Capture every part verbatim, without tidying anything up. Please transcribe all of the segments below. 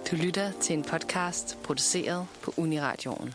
Du lytter til en podcast produceret på Uniradioen.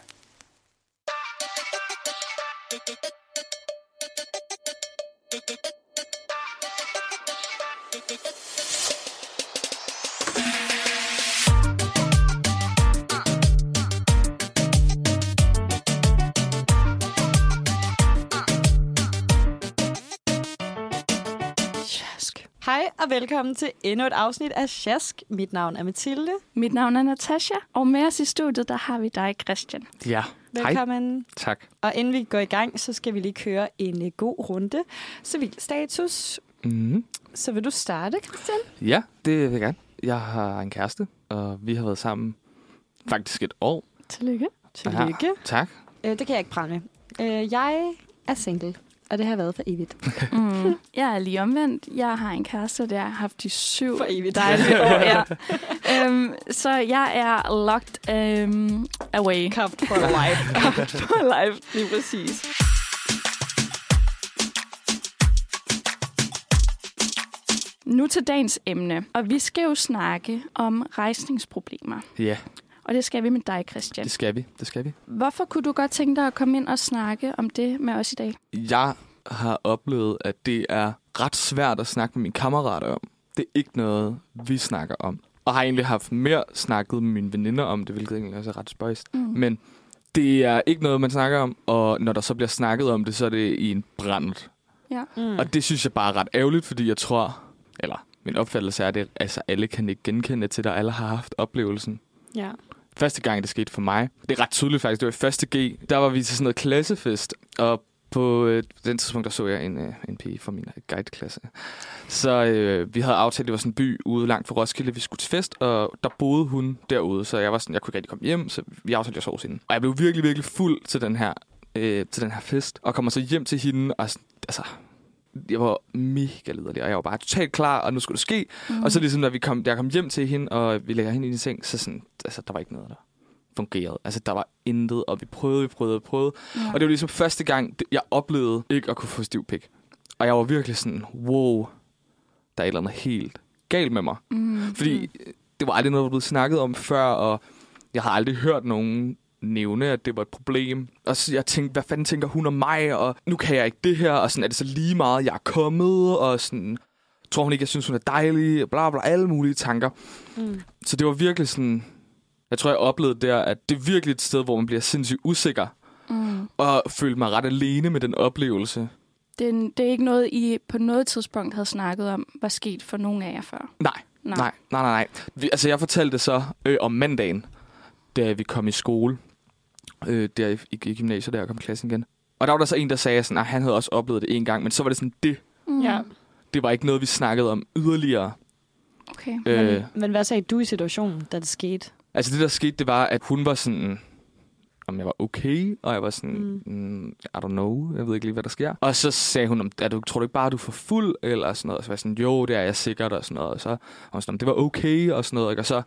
Hej og velkommen til endnu et afsnit af Sjask. Mit navn er Mathilde. Mit navn er Natasha, og med os i studiet, der har vi dig, Christian. Ja, Velkommen. hej. Tak. Og inden vi går i gang, så skal vi lige køre en uh, god runde. Civilstatus. Mm-hmm. Så vil du starte, Christian? Ja, det vil jeg gerne. Jeg har en kæreste, og vi har været sammen faktisk et år. Tillykke. Tillykke. Ja, tak. Uh, det kan jeg ikke prale med. Uh, jeg er single, og det har været for evigt. Mm. Jeg er lige omvendt. Jeg har en kæreste, der har haft de syv For evigt. dejlige år. Ja. um, så jeg er locked um, away. Cuffed for life. Cuffed for life, lige præcis. Nu til dagens emne, og vi skal jo snakke om rejsningsproblemer. Ja, Og det skal vi med dig, Christian. det skal vi. Det skal vi. Hvorfor kunne du godt tænke dig at komme ind og snakke om det med os i dag? Jeg har oplevet, at det er ret svært at snakke med mine kammerater om. Det er ikke noget, vi snakker om. Og har egentlig haft mere snakket med mine veninder om det, hvilket egentlig også er ret spøjst. Mm. Men det er ikke noget, man snakker om, og når der så bliver snakket om det, så er det i en brand. Ja. Mm. Og det synes jeg bare er ret ærgerligt, fordi jeg tror, eller min opfattelse er, at det, altså, alle kan ikke genkende til, at alle har haft oplevelsen. Ja. Første gang, det skete for mig, det er ret tydeligt faktisk, det var i første G, der var vi til sådan noget klassefest, og på øh, den tidspunkt, der så jeg en, øh, en pige fra min guideklasse. Så øh, vi havde aftalt, det var sådan en by ude langt fra Roskilde, vi skulle til fest, og der boede hun derude, så jeg var sådan, jeg kunne ikke rigtig komme hjem, så vi aftalte, jeg sov hende. Og jeg blev virkelig, virkelig fuld til den her, øh, til den her fest, og kommer så hjem til hende, og sådan, altså, jeg var mega liderlig, og jeg var bare totalt klar, og nu skulle det ske. Mm. Og så ligesom, da vi kom, da jeg kom hjem til hende, og vi lægger hende i en seng, så sådan, altså, der var ikke noget, der fungerede. Altså, der var intet, og vi prøvede, vi prøvede, vi prøvede. Ja. Og det var ligesom første gang, jeg oplevede ikke at kunne få stiv pik. Og jeg var virkelig sådan, wow, der er et eller andet helt galt med mig. Mm. Fordi mm. det var aldrig noget, der blev snakket om før, og jeg har aldrig hørt nogen nævne, at det var et problem. Og så jeg tænkte, hvad fanden tænker hun om mig, og nu kan jeg ikke det her, og sådan er det så lige meget, jeg er kommet, og sådan, tror hun ikke, jeg synes, hun er dejlig, og bla bla, alle mulige tanker. Mm. Så det var virkelig sådan, jeg tror, jeg oplevede der, at det er virkelig et sted, hvor man bliver sindssygt usikker, mm. og følte mig ret alene med den oplevelse. Det er, det er ikke noget, I på noget tidspunkt havde snakket om, var sket for nogen af jer før? Nej, nej, nej, nej. nej. Vi, altså, jeg fortalte det så øh, om mandagen, da vi kom i skole, øh, der i, i, i gymnasiet, der jeg kom i klassen igen. Og der var der så en, der sagde, sådan, at han havde også oplevet det en gang, men så var det sådan, det, Mm. Ja. det var ikke noget, vi snakkede om yderligere. Okay. Øh, Men, men hvad sagde du i situationen, da det skete? altså det, der skete, det var, at hun var sådan, om jeg var okay, og jeg var sådan, mm. mm, I don't know, jeg ved ikke lige, hvad der sker. Og så sagde hun, er du, tror du ikke bare, at du er for fuld, eller sådan noget? Og så var jeg sådan, jo, det er jeg sikkert, og sådan noget. Og så var sådan, det var okay, og sådan noget. Ikke? Og så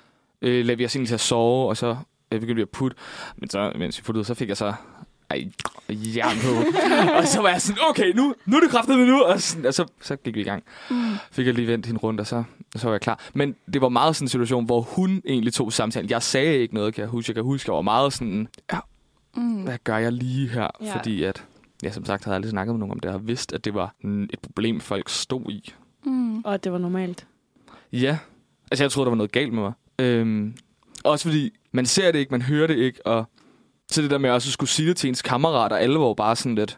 øh, lavede vi os egentlig til at sove, og så øh, begyndte vi at putte. Men så, mens vi puttede, så fik jeg så ej, jern på. Og så var jeg sådan, okay, nu, nu er det kraftedeme nu. Og, sådan, og så, så gik vi i gang. Mm. Fik jeg lige vendt hende rundt, og så, og så var jeg klar. Men det var meget sådan en situation, hvor hun egentlig tog samtalen. Jeg sagde ikke noget, kan jeg huske. Jeg kan huske, jeg var meget sådan, ja, mm. hvad gør jeg lige her? Ja. Fordi at, jeg som sagt havde aldrig snakket med nogen om det, og vidst, at det var et problem, folk stod i. Mm. Og at det var normalt. Ja, altså jeg troede, der var noget galt med mig. Øhm, også fordi, man ser det ikke, man hører det ikke, og så det der med også at skulle sige det til ens kammerater, alle var bare sådan lidt,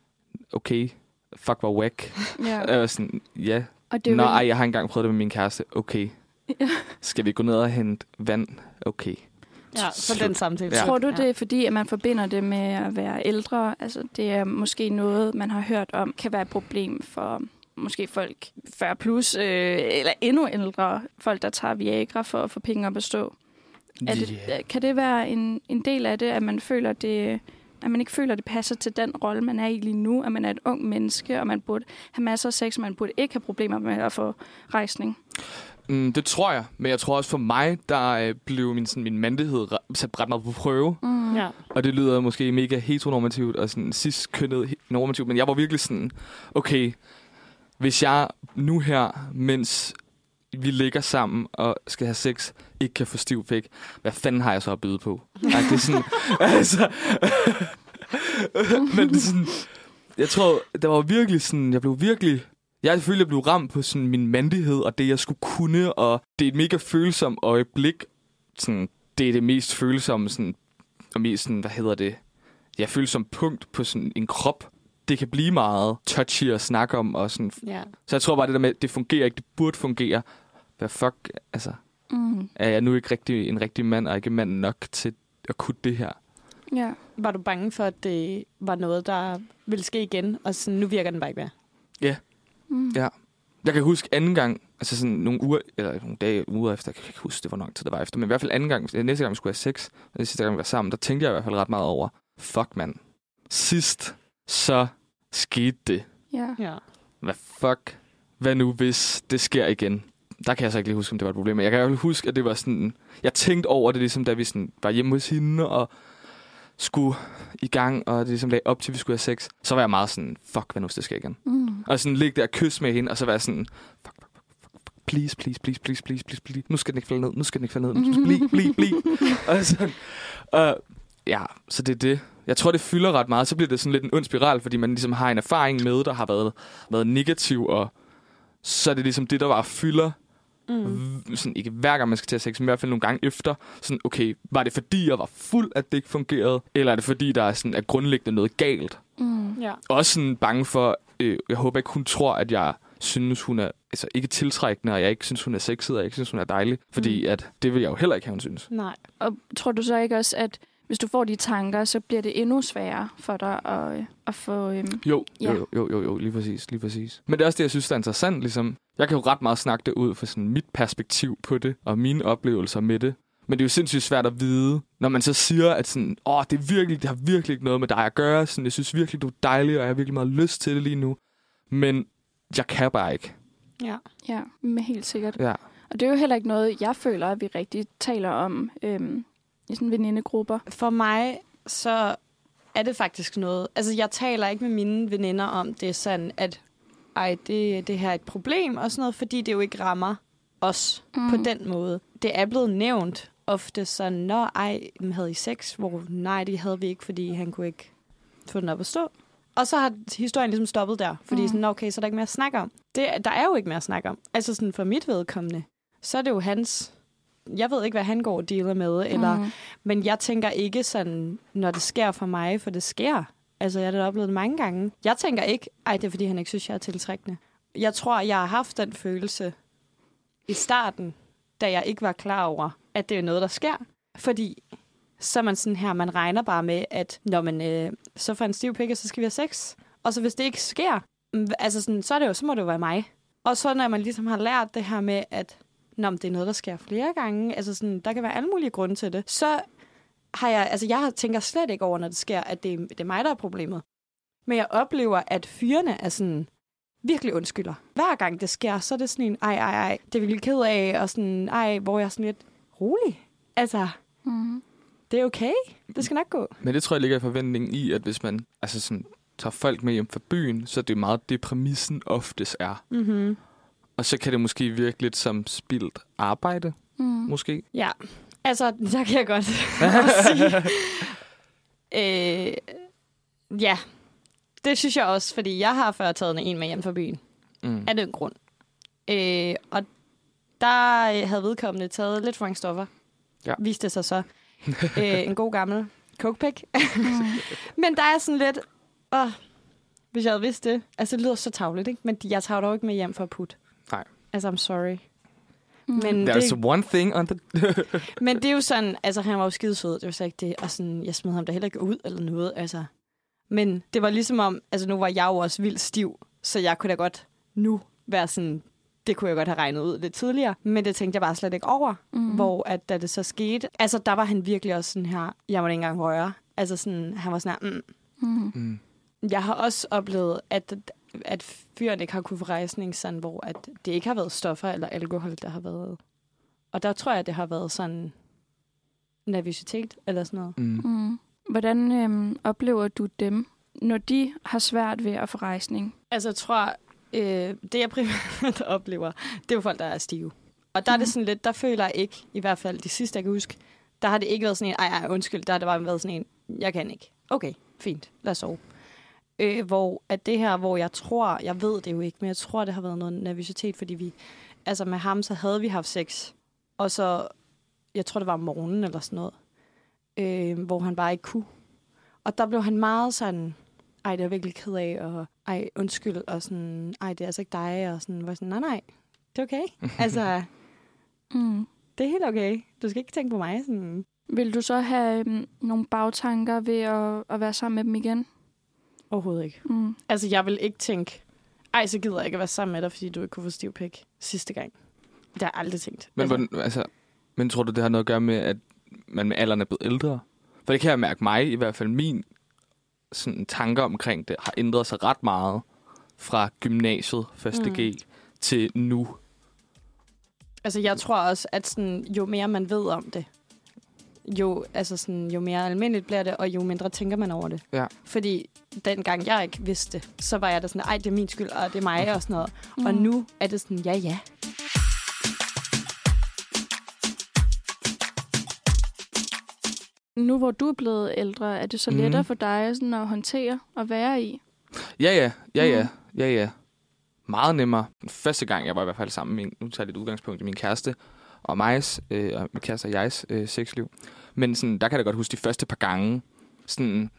okay, fuck, var whack. Ja. Jeg var sådan, ja. Og det Nå, vel... ej, jeg har engang prøvet det med min kæreste. Okay. Ja. Skal vi gå ned og hente vand? Okay. Ja, så den samtale. Ja. Tror du, det er fordi, at man forbinder det med at være ældre? Altså, det er måske noget, man har hørt om, kan være et problem for måske folk fyrre plus, øh, eller endnu ældre folk, der tager Viagra for at få penge op at stå. Er det, Yeah. Kan det være en, en del af det, at man føler det, at man ikke føler, at det passer til den rolle, man er i lige nu, at man er et ung menneske, og man burde have masser af sex, og man burde ikke have problemer med at få rejsning? Mm, det tror jeg, men jeg tror også for mig, der øh, blev min, sådan, min mandighed sat ret meget på prøve. Mm. Ja. Og det lyder måske mega heteronormativt og sådan cis-kønnet normativt, men jeg var virkelig sådan, okay, hvis jeg nu her, mens vi ligger sammen og skal have sex, ikke kan få stiv pik, hvad fanden har jeg så at byde på? Ej, det er sådan, altså... Men det er sådan... Jeg tror, der var virkelig sådan... Jeg blev virkelig... Jeg følte, jeg blev ramt på sådan min mandighed og det, jeg skulle kunne, og det er et mega følsomt øjeblik. Sådan, det er det mest følsomme, sådan, og mest sådan, hvad hedder det? Jeg føler som punkt på sådan en krop. Det kan blive meget touchy at snakke om. Og sådan. Ja. Så jeg tror bare, det der med, det fungerer ikke, det burde fungere. Hvad fuck, altså... Mm. Er jeg nu ikke rigtig, en rigtig mand, og ikke mand nok til at kunne det her? Ja. Var du bange for, at det var noget, der ville ske igen, og sådan, nu virker den bare ikke mere? Ja. Mm. Ja. Jeg kan huske anden gang, altså sådan nogle uger, eller nogle dage, uger efter, jeg kan ikke huske, det var nok til, det var efter, men i hvert fald anden gang, næste gang vi skulle have sex, og det sidste gang vi var sammen, der tænkte jeg i hvert fald ret meget over, fuck mand, sidst, så skete det. Ja. Ja. Hvad fuck? Hvad nu, hvis det sker igen? Der kan jeg så ikke lige huske, om det var et problem, men jeg kan i hvert fald huske, at det var sådan, jeg tænkte over det, ligesom da vi sådan var hjemme hos hende, og skulle i gang, og det ligesom lagde op til, at vi skulle have sex, så var jeg meget sådan, fuck, hvad nu, hvis det sker igen? Mm. Og sådan ligge der og kysse med hende, og så var jeg sådan, fuck, fuck, fuck, fuck, please, please, please, please, please, please, please, nu skal den ikke falde ned, nu skal den ikke falde ned, nu skal blive, blive, blive. Og sådan, og ja, så det er det. Jeg tror, det fylder ret meget, så bliver det sådan lidt en ond spiral, fordi man ligesom har en erfaring med, der har været, været negativ, og så er det ligesom det, der bare fylder. Mm. Sådan, ikke hver gang man skal til at sex, men i hvert fald nogle gange efter. Sådan, okay, var det fordi, jeg var fuld, at det ikke fungerede? Eller er det fordi, der er, sådan, er grundlæggende noget galt? Mm. Ja. Også sådan bange for, øh, jeg håber ikke, hun tror, at jeg synes, hun er altså, ikke tiltrækkende, og jeg ikke synes, hun er sexet, og jeg ikke synes, hun er dejlig. Fordi mm. at, det vil jeg jo heller ikke have, hun synes. Nej. Og tror du så ikke også, at hvis du får de tanker, så bliver det endnu sværere for dig at, at få... Øhm, jo, ja. jo, jo, jo, jo, lige præcis, lige præcis. Men det er også det, jeg synes, der er interessant. Ligesom, jeg kan jo ret meget snakke det ud fra sådan mit perspektiv på det, og mine oplevelser med det. Men det er jo sindssygt svært at vide, når man så siger, at sådan, åh, det er virkelig, det har virkelig ikke noget med dig at gøre. Sådan, jeg synes virkelig, du er dejlig, og jeg har virkelig meget lyst til det lige nu. Men jeg kan bare ikke. Ja, ja, men helt sikkert. Ja. Og det er jo heller ikke noget, jeg føler, at vi rigtig taler om øhm, i sådan venindegrupper. For mig, så er det faktisk noget... Altså, jeg taler ikke med mine veninder om det sådan, at ej, det, det her er et problem og sådan noget, fordi det jo ikke rammer os mm. på den måde. Det er blevet nævnt ofte sådan, nå, ej, havde I sex? Hvor nej, det havde vi ikke, fordi han kunne ikke få den op at stå. Og så har historien ligesom stoppet der, fordi mm. sådan, okay, så er der ikke mere at snakke om. Det, der er jo ikke mere at snakke om. Altså sådan for mit vedkommende, så er det jo hans... Jeg ved ikke, hvad han går og dealer med, eller, mm. men jeg tænker ikke sådan, når det sker for mig, for det sker. Altså, jeg har da oplevet det mange gange. Jeg tænker ikke, ej, det er fordi, han ikke synes, jeg er tiltrækkende. Jeg tror, jeg har haft den følelse i starten, da jeg ikke var klar over, at det er noget, der sker. Fordi så er man sådan her, man regner bare med, at når man øh, så får en stiv pik, så skal vi have sex. Og så hvis det ikke sker, altså sådan, så, er det jo, så må det jo være mig. Og så når man ligesom har lært det her med, at når det er noget, der sker flere gange, altså sådan, der kan være alle mulige grunde til det, så har jeg, altså jeg tænker slet ikke over, når det sker, at det er, det er mig, der er problemet. Men jeg oplever, at fyrene er sådan virkelig undskylder. Hver gang det sker, så er det sådan en, ej, ej, ej, det er virkelig ked af, og sådan, ej, hvor jeg er sådan lidt rolig. Altså, mm. det er okay. Det skal nok gå. Men det tror jeg ligger i forventningen i, at hvis man altså sådan, tager folk med hjem fra byen, så er det meget det, præmissen oftest er. Mm-hmm. Og så kan det måske virke lidt som spildt arbejde, mm. måske. Ja, altså, der kan jeg godt sige. øh, ja, det synes jeg også, fordi jeg har før taget en med hjem fra byen. Mm. Af den grund. Øh, og der havde vedkommende taget lidt for mange stoffer. Ja. Viste det sig så. øh, en god gammel cokepick. mm. Men der er sådan lidt, åh, hvis jeg havde vidst det. Altså, det lyder så tavligt, ikke? Men jeg tager dog ikke med hjem for at putte. Nej. Altså, I'm sorry. Mm. Men There's det, one thing on the... men det er jo sådan, altså han var jo skidesød, det var så ikke det, og sådan, jeg smed ham da heller ikke ud eller noget, altså. Men det var ligesom om, altså nu var jeg jo også vildt stiv, så jeg kunne da godt nu være sådan, det kunne jeg godt have regnet ud lidt tidligere, men det tænkte jeg bare slet ikke over, mm. hvor at da det så skete, altså der var han virkelig også sådan her, jeg måtte ikke engang røre, altså sådan, han var sådan her, mm. Mm. Mm. Jeg har også oplevet, at at fyren ikke har kunnet få rejsning, sådan, hvor at det ikke har været stoffer eller alkohol, der har været. Og der tror jeg, det har været sådan nervøsitet eller sådan noget. Mm. Mm. Hvordan øhm, oplever du dem, når de har svært ved at få rejsning? Altså, jeg tror, øh, det jeg primært oplever, det er jo folk, der er stive. Og der mm. er det sådan lidt, der føler jeg ikke, i hvert fald de sidste, jeg kan huske, der har det ikke været sådan en, ej, ej, undskyld, der har det bare været sådan en, jeg kan ikke. Okay, fint, lad os sove. Øh, hvor at det her, hvor jeg tror, jeg ved det jo ikke, men jeg tror, det har været noget nervøsitet, fordi vi, altså med ham, så havde vi haft sex, og så, jeg tror, det var om morgenen eller sådan noget, øh, hvor han bare ikke kunne. Og der blev han meget sådan, ej, det er jeg virkelig ked af, og ej, undskyld, og sådan, ej, det er altså ikke dig, og sådan, var sådan, nej, nej, det er okay. altså, mm. det er helt okay. Du skal ikke tænke på mig. Sådan. Vil du så have um, nogle bagtanker ved at, at være sammen med dem igen? Overhovedet ikke. Mm. Altså, jeg vil ikke tænke, ej, så gider jeg ikke at være sammen med dig, fordi du ikke kunne få stiv pik sidste gang. Det har jeg aldrig tænkt. Men, altså, hvordan, altså, men tror du, det har noget at gøre med, at man med alderen er blevet ældre? For det kan jeg mærke mig, i hvert fald min sådan, tanker omkring det, har ændret sig ret meget fra gymnasiet, første G, mm. til nu. Altså, jeg tror også, at sådan, jo mere man ved om det, jo, altså sådan, jo mere almindeligt bliver det, og jo mindre tænker man over det. Ja. Fordi dengang jeg ikke vidste, så var jeg da sådan, ej, det er min skyld, og det er mig, og sådan noget. Mm. Og nu er det sådan, ja, ja. Nu hvor du er blevet ældre, er det så lettere mm. for dig sådan at håndtere og være i? Ja, ja. Ja, ja. Mm. Ja, ja. Meget nemmere. Den første gang, jeg var i hvert fald sammen med min, nu tager jeg lidt udgangspunkt i min kæreste, og migs, øh, og min kæreste og jegs øh, sexliv. Men sådan, der kan jeg da godt huske de første par gange, sådan,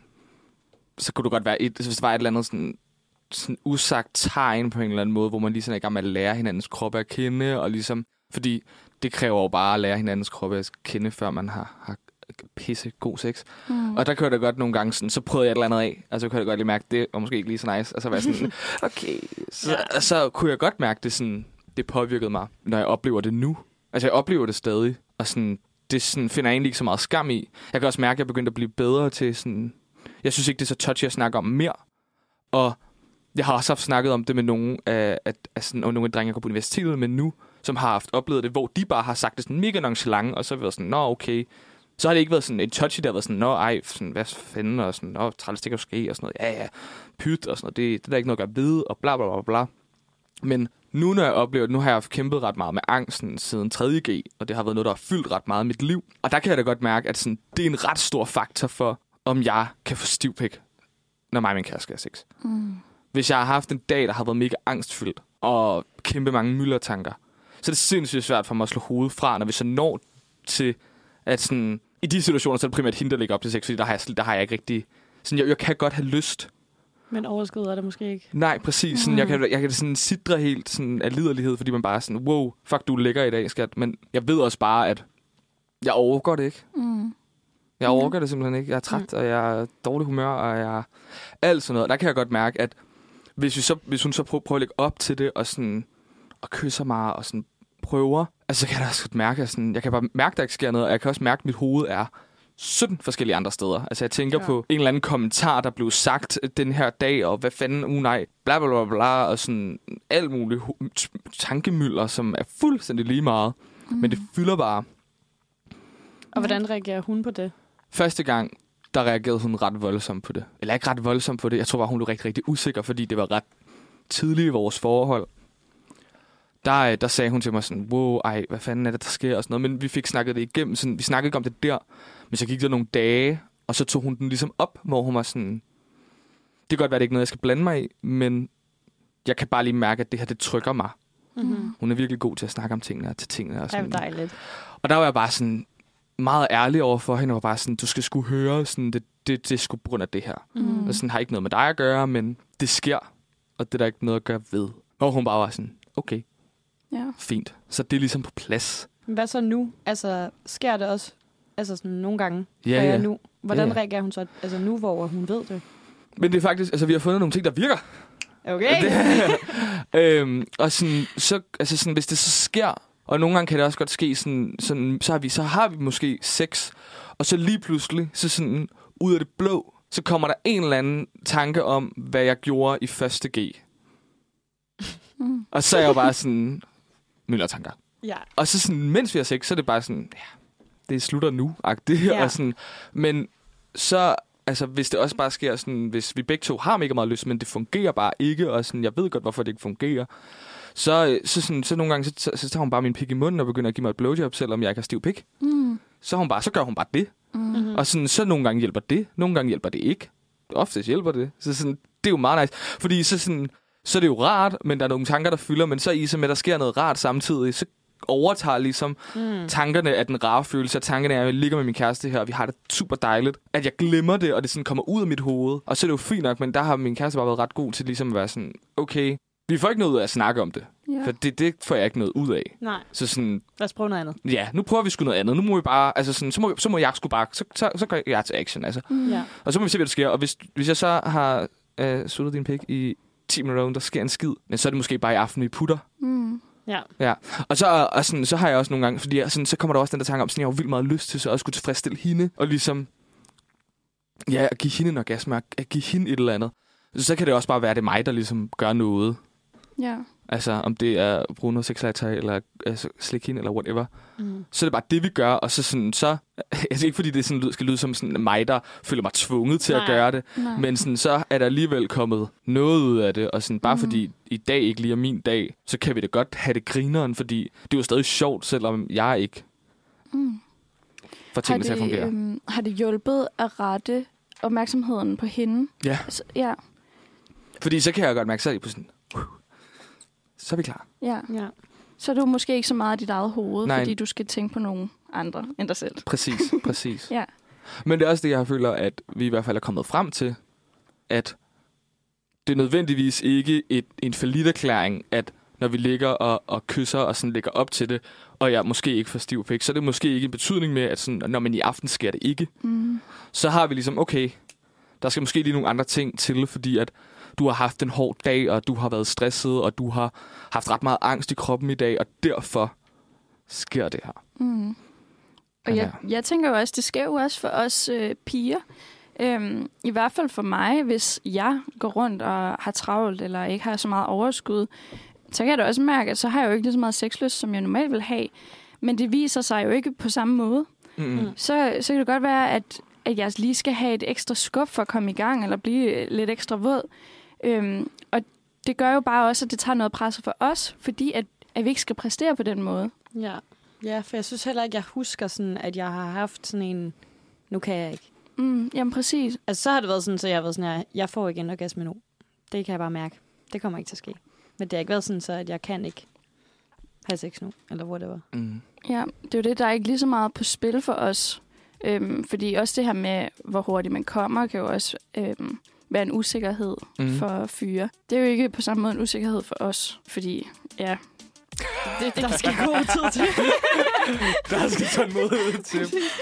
så kunne du godt være et, hvis der var et eller andet sådan, sådan usagt tegn på en eller anden måde, hvor man lige sådan er i gang med at lære hinandens kroppe at kende, og ligesom, fordi det kræver jo bare at lære hinandens kroppe at kende, før man har, har pisse god sex. Mm. Og der kunne jeg da godt nogle gange sådan, så prøvede jeg et eller andet af, og så kunne jeg da godt lige mærke, det var måske ikke lige så nice, og så var jeg sådan, okay, så, ja. så kunne jeg godt mærke det sådan, det påvirkede mig, når jeg oplever det nu. Altså jeg oplever det stadig, og sådan, det sådan, finder jeg egentlig ikke så meget skam i. Jeg kan også mærke, at jeg begyndte at blive bedre til sådan, jeg synes ikke, det er så touchy at snakke om mere. Og jeg har også haft snakket om det med nogle af, at, at sådan, og nogle af de drenge, jeg går på universitetet med nu, som har haft oplevet det, hvor de bare har sagt det sådan mega nonchalant, og så har vi været sådan, nå okay. Så har det ikke været sådan et touchy, der har været sådan, nå ej, sådan, hvad fanden, og sådan, nå, træls, det kan jo ske, og sådan noget, ja ja, pyt, og sådan noget, det, det er der ikke noget at gøre ved, og bla bla bla bla. Men nu, når jeg oplever det, nu har jeg kæmpet ret meget med angsten siden tredje G, og det har været noget, der har fyldt ret meget i mit liv. Og der kan jeg da godt mærke, at sådan, det er en ret stor faktor for, om jeg kan få stivpik, når mig og min kæreste skal have sex. Mm. Hvis jeg har haft en dag, der har været mega angstfyldt, og kæmpe mange myldertanker, så er det sindssygt svært for mig at slå hovedet fra, når vi så når til, at sådan, i de situationer, så er det primært hende, der ligger op til sex, fordi der har jeg, der har jeg ikke rigtig, sådan, jeg, jeg kan godt have lyst. Men overskud er det måske ikke. Nej, præcis. Sådan, mm. jeg, kan, jeg kan sådan sidre helt sådan, af liderlighed, fordi man bare er sådan, wow, fuck, du er lækker i dag, skat. Men jeg ved også bare, at jeg overgår det ikke. Mm. Jeg overgår mm. det simpelthen ikke. Jeg er træt, mm. og jeg er dårlig humør, og jeg er alt sådan noget. Der kan jeg godt mærke, at hvis, vi så, hvis hun så prøver, prøver at lægge op til det, og, sådan, og kysser mig, og sådan prøver, altså så kan jeg også godt mærke, at sådan, jeg kan bare mærke, at der ikke sker noget, og jeg kan også mærke, at mit hoved er sytten forskellige andre steder. Altså jeg tænker ja. på en eller anden kommentar, der blev sagt den her dag, og hvad fanden, uh nej, bla bla bla bla, og sådan alt muligt tankemylder, som er fuldstændig lige meget. Mm. Men det fylder bare. Og hvordan reagerer hun på det? Første gang, der reagerede hun ret voldsomt på det. Eller ikke ret voldsomt på det. Jeg tror bare, hun blev rigtig, rigtig usikker, fordi det var ret tidligt i vores forhold. Der, der sagde hun til mig sådan, wow, ej, hvad fanden er det, der sker? Og sådan noget. Men vi fik snakket det igennem. Sådan, vi snakkede ikke om det der. Men så gik der nogle dage, og så tog hun den ligesom op, hvor hun var sådan, det kan godt være, det ikke noget, jeg skal blande mig i, men jeg kan bare lige mærke, at det her, det trykker mig. Mm-hmm. Hun er virkelig god til at snakke om tingene og til tingene. Og, sådan. Det er dejligt. Og der var jeg bare sådan meget ærlig over for hende, og var bare sådan, du skal sgu høre, sådan, det, det, det er sgu på grund af det her. Mm. Og sådan har ikke noget med dig at gøre, men det sker, og det er der ikke noget at gøre ved. Og hun bare var sådan, okay, ja. Fint. Så det er ligesom på plads. Hvad så nu? Altså, sker det også? Altså sådan nogle gange. Ja, ja. Nu. Hvordan ja, ja. reagerer hun så altså nu, hvor hun ved det? Men det er faktisk, altså vi har fundet nogle ting, der virker. Okay. Det, øhm, og sådan, så, altså sådan, hvis det så sker, og nogle gange kan det også godt ske, sådan, sådan, så, har vi, så har vi måske sex, og så lige pludselig, så sådan ud af det blå, så kommer der en eller anden tanke om, hvad jeg gjorde i første G. Mm. Og så er jeg jo bare sådan, myldertanker. Ja. Og så sådan, mens vi har sex, så er det bare sådan, ja, det slutter nu, agtigt. Ja. Og sådan, men så altså, hvis det også bare sker sådan, hvis vi begge to har mega meget lyst, men det fungerer bare ikke, og sådan, jeg ved godt, hvorfor det ikke fungerer, så, så, sådan, så nogle gange, så, så, så tager hun bare min pik i munden og begynder at give mig et blowjob, selvom jeg ikke har stiv pik. Mm. Så, hun bare, så gør hun bare det. Mm-hmm. Og sådan, så nogle gange hjælper det, nogle gange hjælper det ikke. Oftest hjælper det. Så sådan, det er jo meget nice. Fordi så, sådan, så er det jo rart, men der er nogle tanker, der fylder, men så i så med, at der sker noget rart samtidig, så overtager ligesom mm. tankerne af den rare følelse, og tankerne er, at jeg ligger med min kæreste her, og vi har det super dejligt, at jeg glemmer det, og det sådan kommer ud af mit hoved. Og så er det jo fint nok, men der har min kæreste bare været ret god til ligesom at være sådan, okay, vi får ikke noget ud af at snakke om det. Yeah. For det, det får jeg ikke noget ud af. Nej. Så sådan, lad os prøve noget andet. Ja, nu prøver vi sgu noget andet. Nu må vi bare, altså sådan, så må, så må jeg sgu bare, så, så, så går jeg til action, altså. Mm. Yeah. Og så må vi se, hvad der sker. Og hvis, hvis jeg så har øh, suttet din pik i ti minutter, der sker en skid, men så er det måske bare i aften, vi putter. Mm. Ja. Ja. Og, så, og sådan, så har jeg også nogle gange, fordi jeg, sådan, så kommer der også den der tanke om, sådan, jeg har vildt meget lyst til så også skulle tilfredsstille hende, og ligesom, ja, at give hende en orgasme, at give hende et eller andet. Så, så kan det også bare være, det er mig, der ligesom gør noget. Ja. Altså, om det er bruge noget sexlegetøj, eller altså, slik hende, eller whatever. Mm. Så er det bare det, vi gør, og så sådan, så... Altså, ikke fordi det sådan, skal lyde som sådan mig, der føler mig tvunget til Nej. at gøre det, Nej. men sådan, så er der alligevel kommet noget ud af det, og sådan, bare mm. fordi i dag ikke lige er min dag, så kan vi da godt have det grineren, fordi det er jo stadig sjovt, selvom jeg ikke mm. får tingene til at fungere. Øhm, har det hjulpet at rette opmærksomheden på hende? Ja. Altså, ja. Fordi så kan jeg godt mærke, så er det på sådan... Uh, så er vi klar. Ja. ja. Så er du måske ikke så meget af dit eget hoved, Nej. fordi du skal tænke på nogen andre end dig selv. Præcis, præcis. ja. Men det er også det, jeg føler, at vi i hvert fald er kommet frem til, at det er nødvendigvis ikke et, en falliterklæring, at når vi ligger og, og kysser og sådan ligger op til det, og jeg måske ikke får stiv pik, så er det måske ikke en betydning med, at sådan, når man i aften sker det ikke. Mm. Så har vi ligesom, okay, der skal måske lige nogle andre ting til, fordi at du har haft en hård dag, og du har været stresset, og du har haft ret meget angst i kroppen i dag, og derfor sker det her. Mm. Og jeg, jeg tænker jo også, det sker jo også for os øh, piger. Øhm, I hvert fald for mig, hvis jeg går rundt og har travlt, eller ikke har så meget overskud, så kan jeg da også mærke, at så har jeg jo ikke lige så meget sexlyst, som jeg normalt vil have. Men det viser sig jo ikke på samme måde. Mm. Så, så kan det godt være, at, at jeg lige skal have et ekstra skub for at komme i gang, eller blive lidt ekstra våd. Øhm, og det gør jo bare også, at det tager noget pres for os, fordi at, at vi ikke skal præstere på den måde. Ja. ja, for jeg synes heller ikke, jeg husker sådan, at jeg har haft sådan en, nu kan jeg ikke. Mm, jamen præcis. Altså så har det været sådan, så jeg har været sådan, at jeg får ikke en orgasme nu. Det kan jeg bare mærke. Det kommer ikke til at ske. Men det har ikke været sådan, så at jeg kan ikke have sex nu, eller whatever. Mm. Ja, det er jo det, der er ikke lige så meget på spil for os. Øhm, fordi også det her med, hvor hurtigt man kommer, kan jo også... Øhm, være en usikkerhed mm. for fyre. Det er jo ikke på samme måde en usikkerhed for os, fordi, ja... Det, der skal god tid til. Der skal tålmodighed til.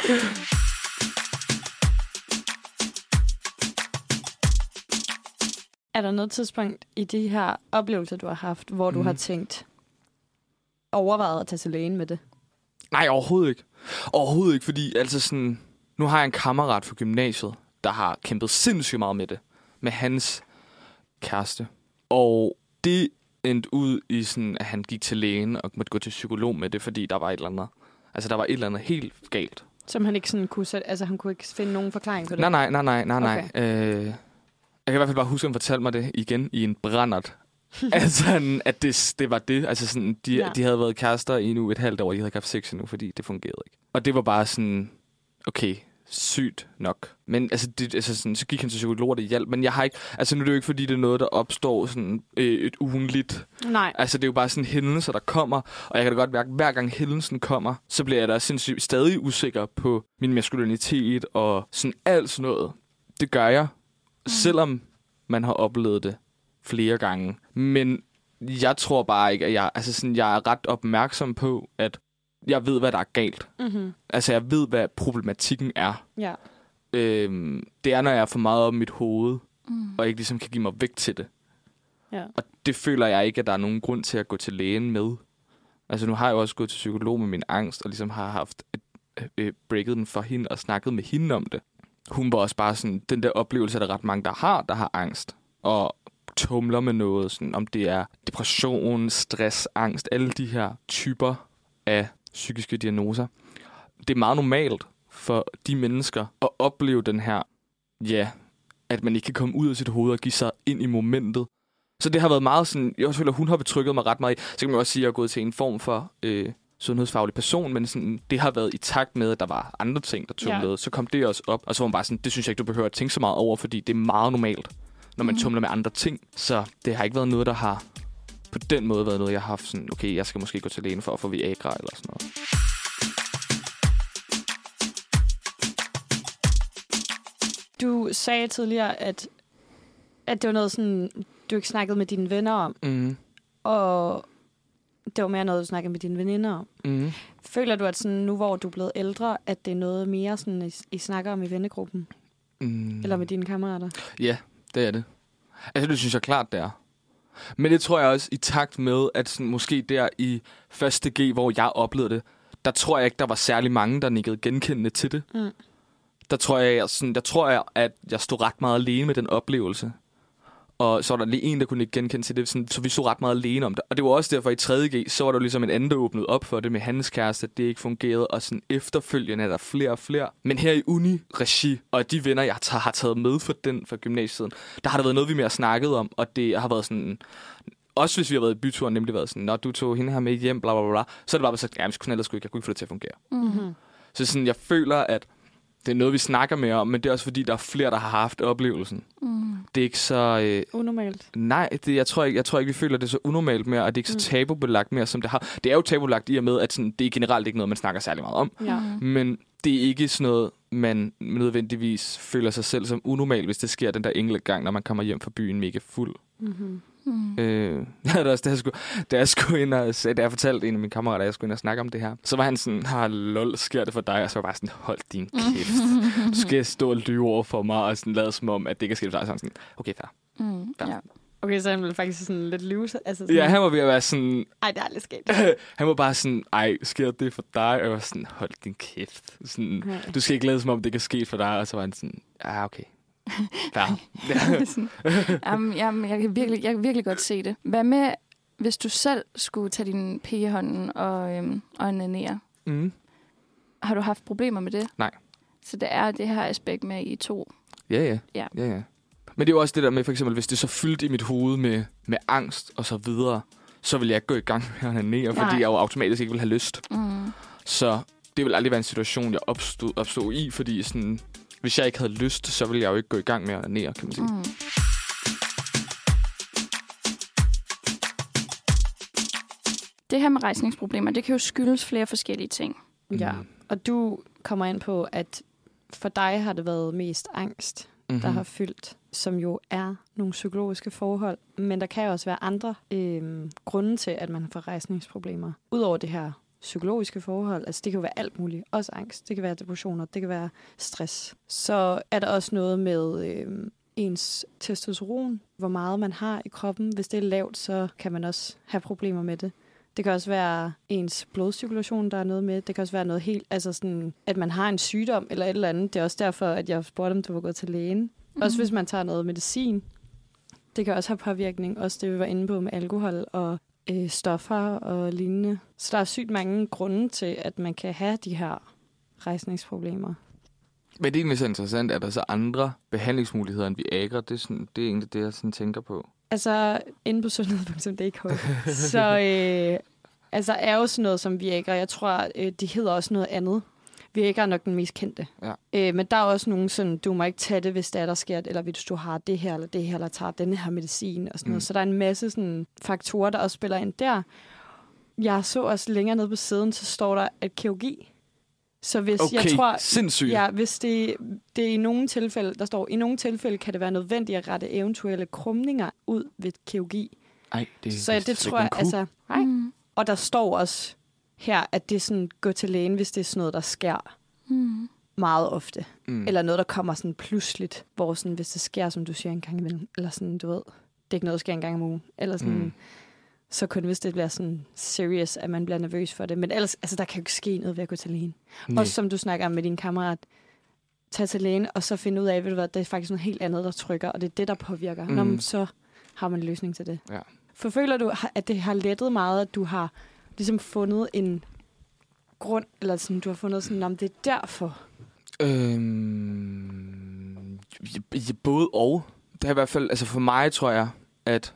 Er der noget tidspunkt i de her oplevelser, du har haft, hvor du mm. har tænkt, overvejet at tage til lægen med det? Nej, overhovedet ikke. Overhovedet ikke, fordi altså sådan... Nu har jeg en kammerat fra gymnasiet, der har kæmpet sindssygt meget med det. Med hans kæreste. Og det endte ud i sådan, at han gik til lægen og måtte gå til psykolog med det, fordi der var et eller andet. Altså, der var et eller andet helt galt. Som han ikke sådan kunne sætte, altså han kunne ikke finde nogen forklaring på det? Nej, nej, nej, nej, nej, nej. Okay. Øh, jeg kan i hvert fald bare huske, at han fortalte mig det igen i en brændert. altså, at det, det var det. Altså, sådan, de, ja. de havde været kærester i nu et halvt år, og de havde ikke haft sex endnu, fordi det fungerede ikke. Og det var bare sådan, okay... sygt nok. Men altså, det, altså sådan, så gik han til psykolog, og det hjalp. Men jeg har ikke... Altså, nu er det jo ikke, fordi det er noget, der opstår sådan øh, et ugenligt. Nej. Altså, det er jo bare sådan hændelser, der kommer. Og jeg kan da godt mærke, at hver gang hændelsen kommer, så bliver jeg da sindssygt stadig usikker på min maskulinitet og sådan alt sådan noget. Det gør jeg, mm. selvom man har oplevet det flere gange. Men jeg tror bare ikke, at jeg... Altså, sådan, jeg er ret opmærksom på, at jeg ved, hvad der er galt. Mm-hmm. Altså, jeg ved, hvad problematikken er. Ja. Øhm, det er, når jeg er for meget op i mit hoved, mm. og ikke ligesom kan give mig vægt til det. Ja. Og det føler jeg ikke, at der er nogen grund til at gå til lægen med. Altså, nu har jeg jo også gået til psykolog med min angst, og ligesom har haft et, et, breaket den for hende, og snakket med hende om det. Hun var også bare sådan, den der oplevelse, der er ret mange, der har, der har angst. Og tumler med noget, sådan, om det er depression, stress, angst, alle de her typer af psykiske diagnoser. Det er meget normalt for de mennesker at opleve den her ja, at man ikke kan komme ud af sit hoved og give sig ind i momentet. Så det har været meget sådan, jeg føler, hun har betrykket mig ret meget i. Så kan man også sige, at jeg er gået til en form for øh, sundhedsfaglig person, men sådan, det har været i takt med, at der var andre ting, der tumlede. Ja. Så kom det også op, og så var man bare sådan, det synes jeg ikke, du behøver at tænke så meget over, fordi det er meget normalt, når man mm. tumler med andre ting. Så det har ikke været noget, der har på den måde været noget, jeg har haft sådan, okay, jeg skal måske gå til lægen for at få Viagra eller sådan noget. Du sagde tidligere, at, at det var noget, sådan, du ikke snakkede med dine venner om. Mm. Og det var mere noget, du snakkede med dine veninder om. Mm. Føler du, at sådan, nu hvor du er blevet ældre, at det er noget mere, sådan, I, I snakker om i vennegruppen? Mm. Eller med dine kammerater? Ja, det er det. Altså, det synes jeg klart, det er. Men det tror jeg også i takt med, at sådan, måske der i første G, hvor jeg oplevede det, der tror jeg ikke, der var særlig mange, der nikkede genkendende til det. Mm. Der tror jeg, jeg, sådan, der tror jeg, at jeg stod ret meget alene med den oplevelse. Og så var der lige en, der kunne ikke genkende til det, sådan, så vi stod ret meget alene om det. Og det var også derfor i tredje G, så var der ligesom en anden, der åbnede op for det med hans kæreste, at det ikke fungerede, og sådan efterfølgende er der flere og flere. Men her i uni-regi, og de venner, jeg tager, har taget med for den fra gymnasiet, der har der været noget, vi mere snakket om, og det har været sådan... Også hvis vi har været i byturen, nemlig været sådan, når du tog hende her med hjem, bla bla bla, så er det bare sagt, ja, vi skulle snart, jeg kunne ikke få det til at fungere. Mm-hmm. Så sådan, jeg føler, at det er noget, vi snakker mere om, men det er også fordi, der er flere, der har haft oplevelsen. Mm. Det er ikke så... Øh, unormalt? Nej, det, jeg, tror ikke, jeg tror ikke, vi føler, det er så unormalt mere, og det er ikke så tabubelagt mere, som det har. Det er jo tabubelagt i og med, at sådan, det er generelt ikke noget, man snakker særlig meget om. Ja. Men det er ikke sådan noget, man nødvendigvis føler sig selv som unormalt, hvis det sker den der enkelte gang, når man kommer hjem fra byen mega fuld. Mm-hmm. Mm. Øh, ja, da, jeg skulle, da jeg skulle ind og da jeg fortalte en af mine kammerater, at jeg skulle ind og snakke om det her, så var han sådan, har lol, sker det for dig? Og så var jeg bare sådan, hold din kæft. Du skal stå og lyve over for mig, og sådan lade som om, at det kan ske for dig. Så sådan, okay, fair. Mm, fair. Ja. Okay, så han ville faktisk sådan lidt lyve. Altså sådan, ja, han var ved at være sådan... Ej, det er aldrig sket. Han var bare sådan, ej, sker det for dig? Og jeg var sådan, hold din kæft. Sådan, okay. Du skal ikke lade som om, det kan ske for dig. Og så var han sådan, ja, okay. Fair. um, jamen, jeg, kan virkelig, jeg kan virkelig godt se det. Hvad med, hvis du selv skulle tage din pigehånden og, øhm, og onanere? Mm. Har du haft problemer med det? Nej. Så det er det her aspekt med I to? Ja, ja. ja. ja, ja. Men det er jo også det der med, for eksempel, hvis det så fyldt i mit hoved med, med angst og så videre, så vil jeg ikke gå i gang med at onanere, fordi jeg jo automatisk ikke vil have lyst. Mm. Så det vil aldrig være en situation, jeg opstod, opstod i, fordi sådan, hvis jeg ikke havde lyst, så ville jeg jo ikke gå i gang med at onanere, kan man sige. Mm. Det her med rejsningsproblemer, det kan jo skyldes flere forskellige ting. Ja, og du kommer ind på, at for dig har det været mest angst, mm-hmm. der har fyldt, som jo er nogle psykologiske forhold. Men der kan jo også være andre øh, grunde til, at man får rejsningsproblemer. Udover det her psykologiske forhold, altså det kan jo være alt muligt. Også angst, det kan være depressioner, det kan være stress. Så er der også noget med øh, ens testosteron, hvor meget man har i kroppen. Hvis det er lavt, så kan man også have problemer med det. Det kan også være ens blodcirkulation, der er noget med. Det kan også være noget helt, altså sådan, at man har en sygdom eller et eller andet. Det er også derfor, at jeg spurgte, om du var gået til lægen. Mm-hmm. Også hvis man tager noget medicin. Det kan også have påvirkning. Også det, vi var inde på med alkohol og øh, stoffer og lignende. Så der er sygt mange grunde til, at man kan have de her rejsningsproblemer. Men det er egentlig så interessant, at der så andre behandlingsmuligheder end Viagra. Det er, sådan, det er egentlig det, jeg sådan tænker på. Altså, inde på sundhed punktum d k, så øh, altså, er jo sådan noget som Viagra. Jeg tror, øh, de hedder også noget andet. Viagra er nok den mest kendte. Ja. Øh, men der er også nogen sådan, du må ikke tage det, hvis det er, der sker, eller hvis du har det her, eller det her, eller tager denne her medicin, og sådan mm. noget. Så der er en masse sådan, faktorer, der også spiller ind der. Jeg så også længere nede på siden, så står der, at kirurgi. Så hvis okay, jeg tror, sindssygt. Ja, hvis det, det er i nogle tilfælde, der står, i nogle tilfælde kan det være nødvendigt at rette eventuelle krumninger ud ved kirurgi. Ej, det, så det, det tror jeg, kunne. altså, nej. Mm. Og der står også her, at det er sådan, gå til lægen, hvis det er sådan noget, der sker mm. meget ofte. Mm. Eller noget, der kommer sådan pludseligt, hvor sådan, hvis det sker, som du siger, en gang imellem, eller sådan, du ved, det er ikke noget, der sker en gang om ugen, eller sådan, mm. så kun hvis det bliver sådan serious, at man bliver nervøs for det. Men ellers, altså, der kan jo ikke ske noget ved at gå til lægen. Nej. Også som du snakker om med din kammerat, tage til lægen, og så finde ud af, ved du hvad, det er faktisk noget helt andet, der trykker, og det er det, der påvirker. Mm. Nå, så har man en løsning til det. Ja. For føler du, at det har lettet meget, at du har ligesom fundet en grund, eller sådan, du har fundet sådan, om det er derfor? Øhm, Ja, både og. Det har i hvert fald, altså for mig tror jeg, at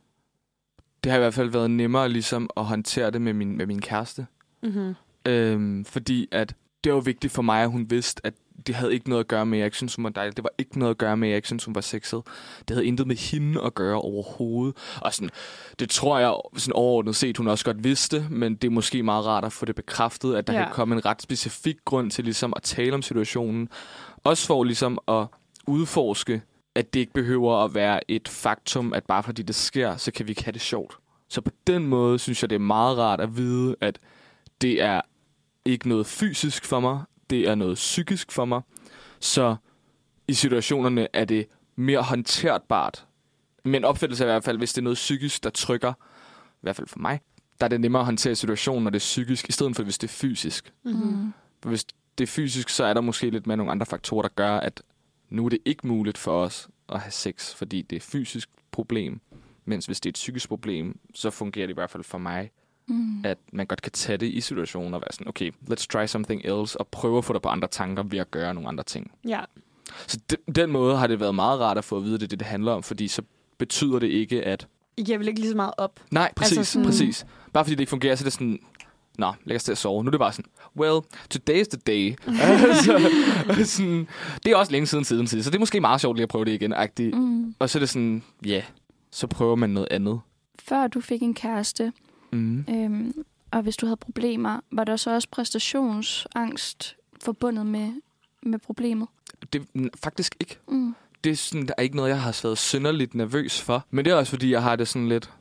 det har i hvert fald været nemmere ligesom at håndtere det med min, med min kæreste. Mm-hmm. Øhm, fordi at det var vigtigt for mig, at hun vidste, at det havde ikke noget at gøre med, at jeg ikke synes, hun var dejlig. Det var ikke noget at gøre med, at jeg ikke synes, hun var sexet. Det havde intet med hende at gøre overhovedet. Og sådan, det tror jeg sådan overordnet set, hun også godt vidste, men det er måske meget rart at få det bekræftet, at der ja. kan komme en ret specifik grund til ligesom at tale om situationen. Også for ligesom at udforske, at det ikke behøver at være et faktum, at bare fordi det sker, så kan vi ikke have det sjovt. Så på den måde synes jeg, det er meget rart at vide, at det er ikke noget fysisk for mig, det er noget psykisk for mig. Så i situationerne er det mere håndterbart. Men opfattelse er i hvert fald, hvis det er noget psykisk, der trykker, i hvert fald for mig, der er det nemmere at håndtere situationen, når det er psykisk, i stedet for hvis det er fysisk. Mm-hmm. For hvis det er fysisk, så er der måske lidt mere nogle andre faktorer, der gør, at nu er det ikke muligt for os at have sex, fordi det er et fysisk problem. Mens hvis det er et psykisk problem, så fungerer det i hvert fald for mig, mm. at man godt kan tage det i situationen og være sådan, okay, let's try something else, og prøve at få dig på andre tanker ved at gøre nogle andre ting. Ja. Så de, den måde har det været meget rart at få at vide, det det, det handler om, fordi så betyder det ikke, at... I giver vel ikke lige så meget op? Nej, præcis, altså sådan... præcis. Bare fordi det ikke fungerer, så er det sådan, nå, læg os til at sove. Nu er det bare sådan, well, today's the day. altså, sådan, det er også længe siden siden tid, så det er måske meget sjovt lige at prøve det igen. Mm. Og så er det sådan, ja, yeah, så prøver man noget andet. Før du fik en kæreste, mm. øhm, og hvis du havde problemer, var der så også præstationsangst forbundet med, med problemet? Det faktisk ikke. Mm. Det er, sådan, der er ikke noget, jeg har været synderligt nervøs for. Men det er også, fordi jeg har det sådan lidt...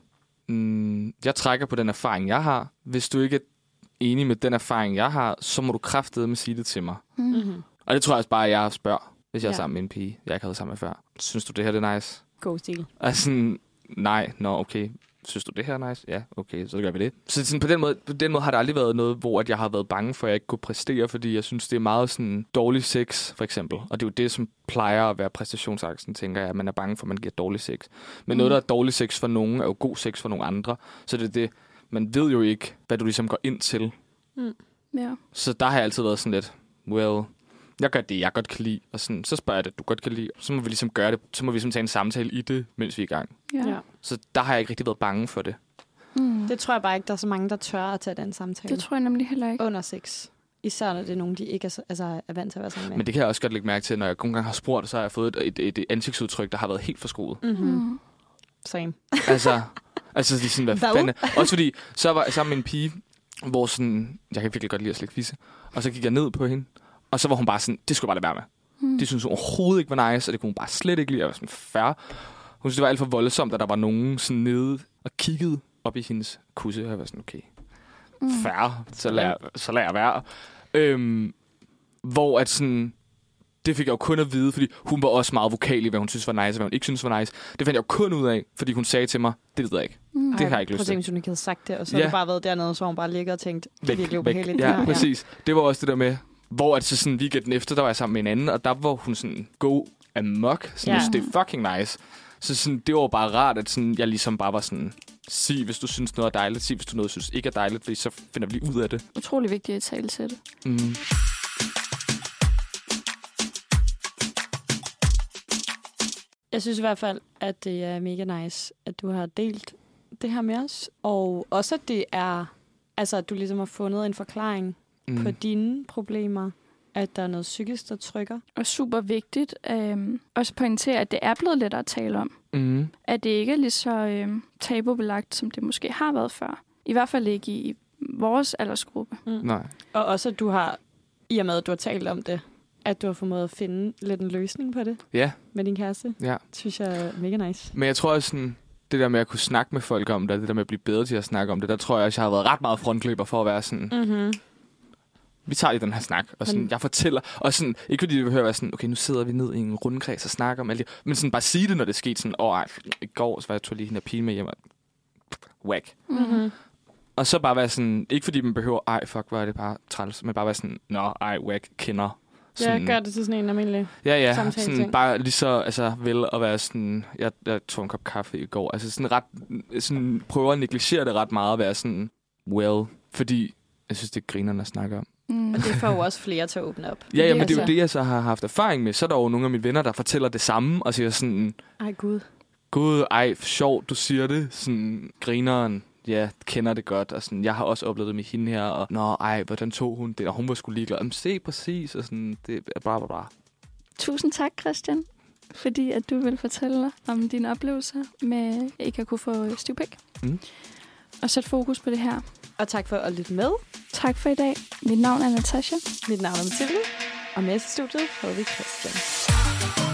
Mm, jeg trækker på den erfaring, jeg har. Hvis du ikke er enig med den erfaring, jeg har, så må du kraftedeme sige det til mig. Mm-hmm. Og det tror jeg også bare, at jeg spørger, hvis jeg er ja. sammen med en pige, jeg ikke havde sammen med før. Synes du, det her det er nice? God stil. Altså, nej, nå, okay. Synes du, det her er nice? Ja, okay, så gør vi det. Så sådan, på, den måde, på den måde har der aldrig været noget, hvor at jeg har været bange for, at jeg ikke kunne præstere, fordi jeg synes, det er meget sådan dårlig sex, for eksempel. Og det er jo det, som plejer at være præstationsangsten, tænker jeg, at man er bange for, at man giver dårlig sex. Men mm. noget, der er dårlig sex for nogen, er jo god sex for nogle andre. Så det er det, man ved jo ikke, hvad du ligesom går ind til. Mm. Ja. Så der har jeg altid været sådan lidt, well... Jeg gør det, jeg godt kan lide, og sådan, så spørger jeg det, du godt kan lide. Så må vi ligesom gøre det, så må vi ligesom tage en samtale i det, mens vi er i gang. Ja. Så der har jeg ikke rigtig været bange for det. Mm. Det tror jeg bare ikke, der er så mange, der tør at tage den samtale. Det tror jeg nemlig heller ikke. Under sex. Især når det er nogen, de ikke er, altså, er vant til at være sammen med. Men det kan jeg også godt lægge mærke til, når jeg nogle gange har spurgt, så har jeg fået et, et, et ansigtsudtryk, der har været helt forskruet. Mm-hmm. Mm. Same. altså, altså det er sådan, hvad fanden. Også fordi, så var jeg sammen med en pige, hvor sådan, jeg kan virkelig godt lide at slikke fisse, og så gik jeg ned på hende. Og så var hun bare sådan, det skulle bare lade være med. Mm. Det synes hun overhovedet ikke var nice, og det kunne hun bare slet ikke lide. Jeg var sådan, fair. Hun synes, det var alt for voldsomt, at der var nogen sådan nede og kiggede op i hendes kusse. Og jeg var sådan, okay, mm. fair, så lad, så lad jeg være. Øhm, hvor at sådan, det fik jeg jo kun at vide, fordi hun var også meget vokal i, hvad hun synes var nice, og hvad hun ikke synes var nice. Det fandt jeg jo kun ud af, fordi hun sagde til mig, det ved jeg ikke. Mm. Det har jeg ikke lyst til. Prøv at tænke, hun ikke havde sagt det, og så ja. har du bare været dernede, så hun bare ligget og tænkt, det er virkelig ubehageligt. Ja, præcis. Det var også det der med, hvor at så sådan weekenden efter, der var jeg sammen med en anden, og der var hun sådan go amok. Sådan, yeah. Det er fucking nice. Så sådan, det var bare rart, at sådan, jeg ligesom bare var sådan, sig hvis du synes noget er dejligt, sig hvis du noget synes ikke er dejligt, fordi så finder vi lige ud af det. Utrolig vigtigt at tale til det. Mm. Jeg synes i hvert fald, at det er mega nice, at du har delt det her med os. Og også, at det er, altså, at du ligesom har fundet en forklaring mm. på dine problemer, at der er noget psykisk, der trykker. Og super vigtigt øhm, også pointere, at det er blevet lettere at tale om. Mm. At det ikke er lige så øhm, tabubelagt, som det måske har været før. I hvert fald ikke i vores aldersgruppe. Mm. Nej. Og også, at du har, i og med, at du har talt om det, at du har formået at finde lidt en løsning på det. Ja. Med din kæreste. Ja. Det synes jeg er mega nice. Men jeg tror også sådan, det der med at kunne snakke med folk om det, det der med at blive bedre til at snakke om det, der tror jeg også, jeg har været ret meget frontløber for at være sådan, mm-hmm. vi tager lige den her snak, og sådan, men... jeg fortæller, og sådan, ikke fordi det behøver være sådan, okay, nu sidder vi ned i en rundkreds og snakker om alt det, men sådan bare sige det, når det er sket, sådan, åh, ej, i går, så var jeg tog lige hende her pige med hjem, og whack. Mm-hmm. Og så bare være sådan, ikke fordi man behøver, ej, fuck, hvor er det bare træls, men bare være sådan, nå, ej, whack, kender. Sådan, ja, gør det til sådan en almindelig ja, ja, sådan bare lige så, altså, vel at være sådan, jeg, jeg tog en kop kaffe i går, altså sådan ret, sådan prøver at negligere det ret meget, at være sådan, well, fordi jeg synes, det er grinerne at snakke om. Mm. Og det får jo også flere til at åbne op. Ja, ja, men det er jo det, jeg så har haft erfaring med. Så er der jo nogle af mine venner, der fortæller det samme, og siger sådan... Ej, gud. Gud, ej, sjovt, du siger det. Sådan, grineren, ja, kender det godt. Og sådan, jeg har også oplevet det med hende her, og nå, ej, hvordan tog hun det? Og hun var sgu ligeglad. Jamen, se præcis, og sådan, det er bla, bla, bla. Tusind tak, Christian, fordi at du vil fortælle om dine oplevelser med ikke at kunne få stivpik. Mm. Og sætte fokus på det her. Og tak for at lytte med. Tak for i dag. Mit navn er Natasha. Mit navn er Mathilde. Og med til studiet havde vi Christian.